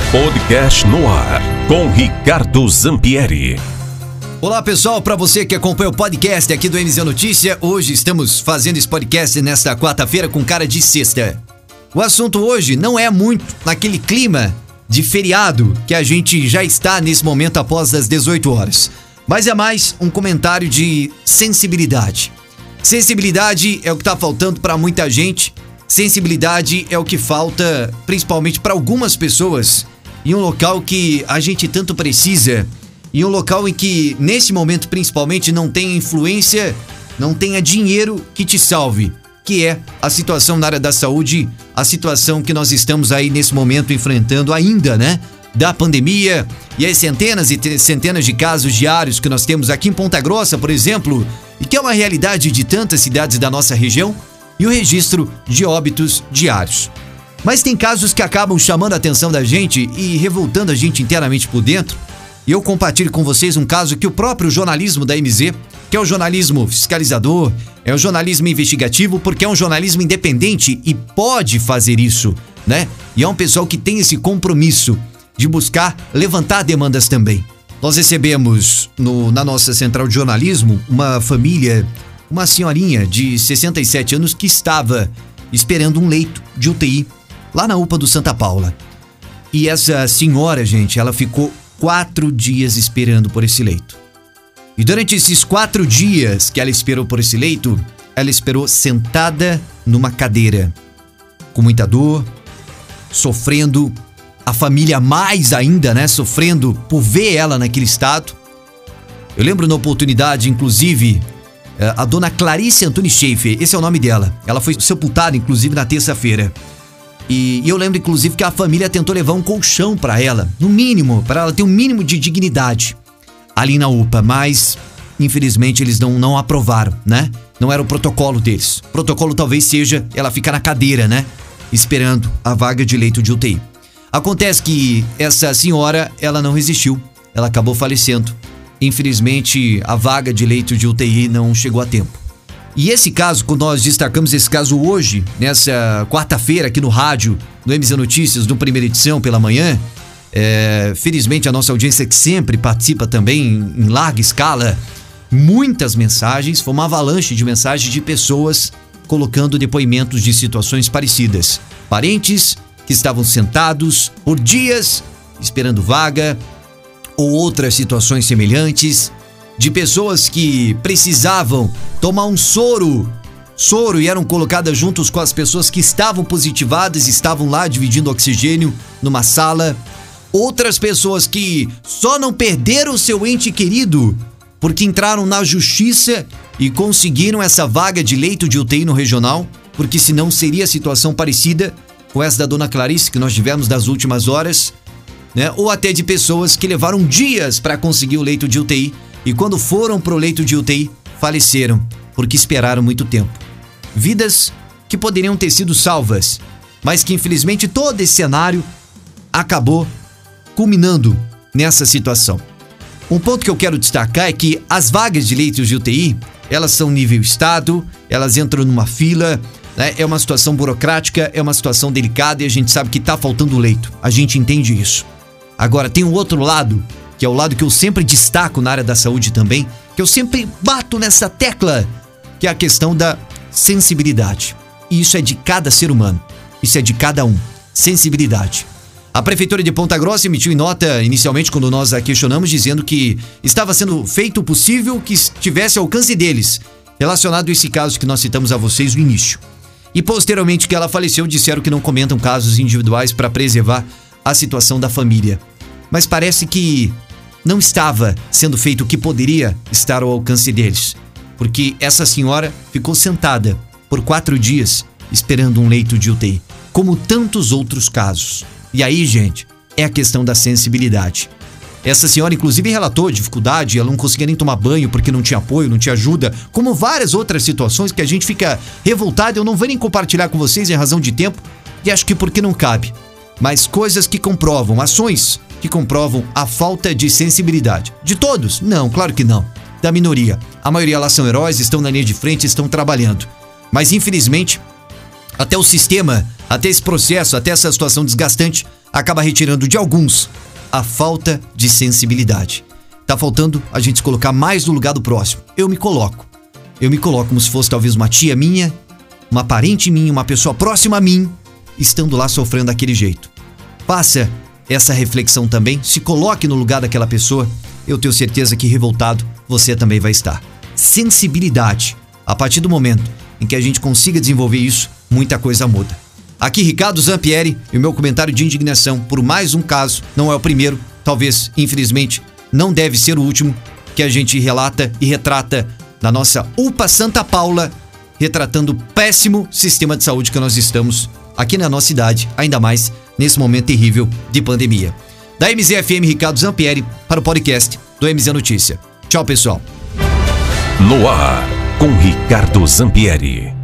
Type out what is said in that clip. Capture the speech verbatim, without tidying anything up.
Podcast no ar, com Ricardo Zampieri. Olá pessoal, para você que acompanha o podcast aqui do M Z Notícia, hoje estamos fazendo esse podcast nesta quarta-feira com cara de sexta. O assunto hoje não é muito naquele clima de feriado que a gente já está nesse momento após as dezoito horas, mas é mais um comentário de sensibilidade. Sensibilidade é o que está faltando para muita gente, sensibilidade é o que falta principalmente para algumas pessoas em um local que a gente tanto precisa, em um local em que nesse momento principalmente não tem influência, não tenha dinheiro que te salve, que é a situação na área da saúde, a situação que nós estamos aí nesse momento enfrentando ainda, né? Da pandemia e as centenas e centenas de casos diários que nós temos aqui em Ponta Grossa, por exemplo, e que é uma realidade de tantas cidades da nossa região, e o registro de óbitos diários. Mas tem casos que acabam chamando a atenção da gente e revoltando a gente internamente por dentro. E eu compartilho com vocês um caso que o próprio jornalismo da M Z, que é o jornalismo fiscalizador, é o jornalismo investigativo, porque é um jornalismo independente e pode fazer isso, né? E é um pessoal que tem esse compromisso de buscar levantar demandas também. Nós recebemos no, na nossa central de jornalismo uma família, uma senhorinha de sessenta e sete anos que estava esperando um leito de U T I lá na U P A do Santa Paula. E essa senhora, gente, ela ficou quatro dias esperando por esse leito. E durante esses quatro dias que ela esperou por esse leito, ela esperou sentada numa cadeira, com muita dor, sofrendo, a família mais ainda, né, sofrendo por ver ela naquele estado. Eu lembro na oportunidade, inclusive, a dona Clarice Antunes Schaefer, esse é o nome dela. Ela foi sepultada, inclusive, na terça-feira. E, e eu lembro, inclusive, que a família tentou levar um colchão para ela, no mínimo, para ela ter um mínimo de dignidade ali na U P A, mas, infelizmente, eles não, não aprovaram, né? Não era o protocolo deles. O protocolo talvez seja ela ficar na cadeira, né? Esperando a vaga de leito de U T I. Acontece que essa senhora, ela não resistiu, ela acabou falecendo. Infelizmente, a vaga de leito de U T I não chegou a tempo. E esse caso, quando nós destacamos esse caso hoje, nessa quarta-feira aqui no rádio, no M Z Notícias, no primeira edição, pela manhã, é, felizmente a nossa audiência que sempre participa também em, em larga escala, muitas mensagens, foi uma avalanche de mensagens de pessoas colocando depoimentos de situações parecidas. Parentes que estavam sentados por dias esperando vaga, ou outras situações semelhantes, de pessoas que precisavam tomar um soro, soro e eram colocadas juntos com as pessoas que estavam positivadas, estavam lá dividindo oxigênio numa sala. Outras pessoas que só não perderam o seu ente querido porque entraram na justiça e conseguiram essa vaga de leito de U T I no regional, porque senão seria a situação parecida com essa da dona Clarice que nós tivemos das últimas horas, né? Ou até de pessoas que levaram dias para conseguir o leito de U T I e quando foram pro leito de U T I, faleceram porque esperaram muito tempo. Vidas que poderiam ter sido salvas, mas que infelizmente todo esse cenário acabou culminando nessa situação. Um ponto que eu quero destacar é que as vagas de leitos de U T I, elas são nível estado, elas entram numa fila, né? É uma situação burocrática, é uma situação delicada e a gente sabe que tá faltando leito. A gente entende isso. Agora, tem um outro lado, que é o lado que eu sempre destaco na área da saúde também, que eu sempre bato nessa tecla, que é a questão da sensibilidade. E isso é de cada ser humano. Isso é de cada um. Sensibilidade. A Prefeitura de Ponta Grossa emitiu em nota, inicialmente, quando nós a questionamos, dizendo que estava sendo feito o possível que estivesse ao alcance deles, relacionado a esse caso que nós citamos a vocês no início. E posteriormente que ela faleceu, disseram que não comentam casos individuais para preservar a situação da família. Mas parece que não estava sendo feito o que poderia estar ao alcance deles, porque essa senhora ficou sentada por quatro dias esperando um leito de U T I, como tantos outros casos. E aí, gente, é a questão da sensibilidade. Essa senhora, inclusive, relatou dificuldade, ela não conseguia nem tomar banho porque não tinha apoio, não tinha ajuda, como várias outras situações que a gente fica revoltado. Eu não vou nem compartilhar com vocês em razão de tempo, e acho que porque não cabe. Mas coisas que comprovam, ações que comprovam a falta de sensibilidade. De todos? Não, claro que não. Da minoria. A maioria lá são heróis, estão na linha de frente, estão trabalhando. Mas, infelizmente, até o sistema Até esse processo, até essa situação desgastante, acaba retirando de alguns a falta de sensibilidade. Tá faltando a gente se colocar mais no lugar do próximo. Eu me coloco. Eu me coloco como se fosse talvez uma tia minha, uma parente minha, uma pessoa próxima a mim, estando lá sofrendo daquele jeito. Faça essa reflexão também, se coloque no lugar daquela pessoa. Eu tenho certeza que revoltado você também vai estar. Sensibilidade. A partir do momento em que a gente consiga desenvolver isso, muita coisa muda. Aqui Ricardo Zampieri e o meu comentário de indignação por mais um caso, não é o primeiro, talvez, infelizmente, não deve ser o último, que a gente relata e retrata na nossa U P A Santa Paula, retratando o péssimo sistema de saúde que nós estamos aqui na nossa cidade, ainda mais nesse momento terrível de pandemia. Da M Z F M, Ricardo Zampieri, para o podcast do M Z Notícia. Tchau, pessoal. No ar, com Ricardo Zampieri.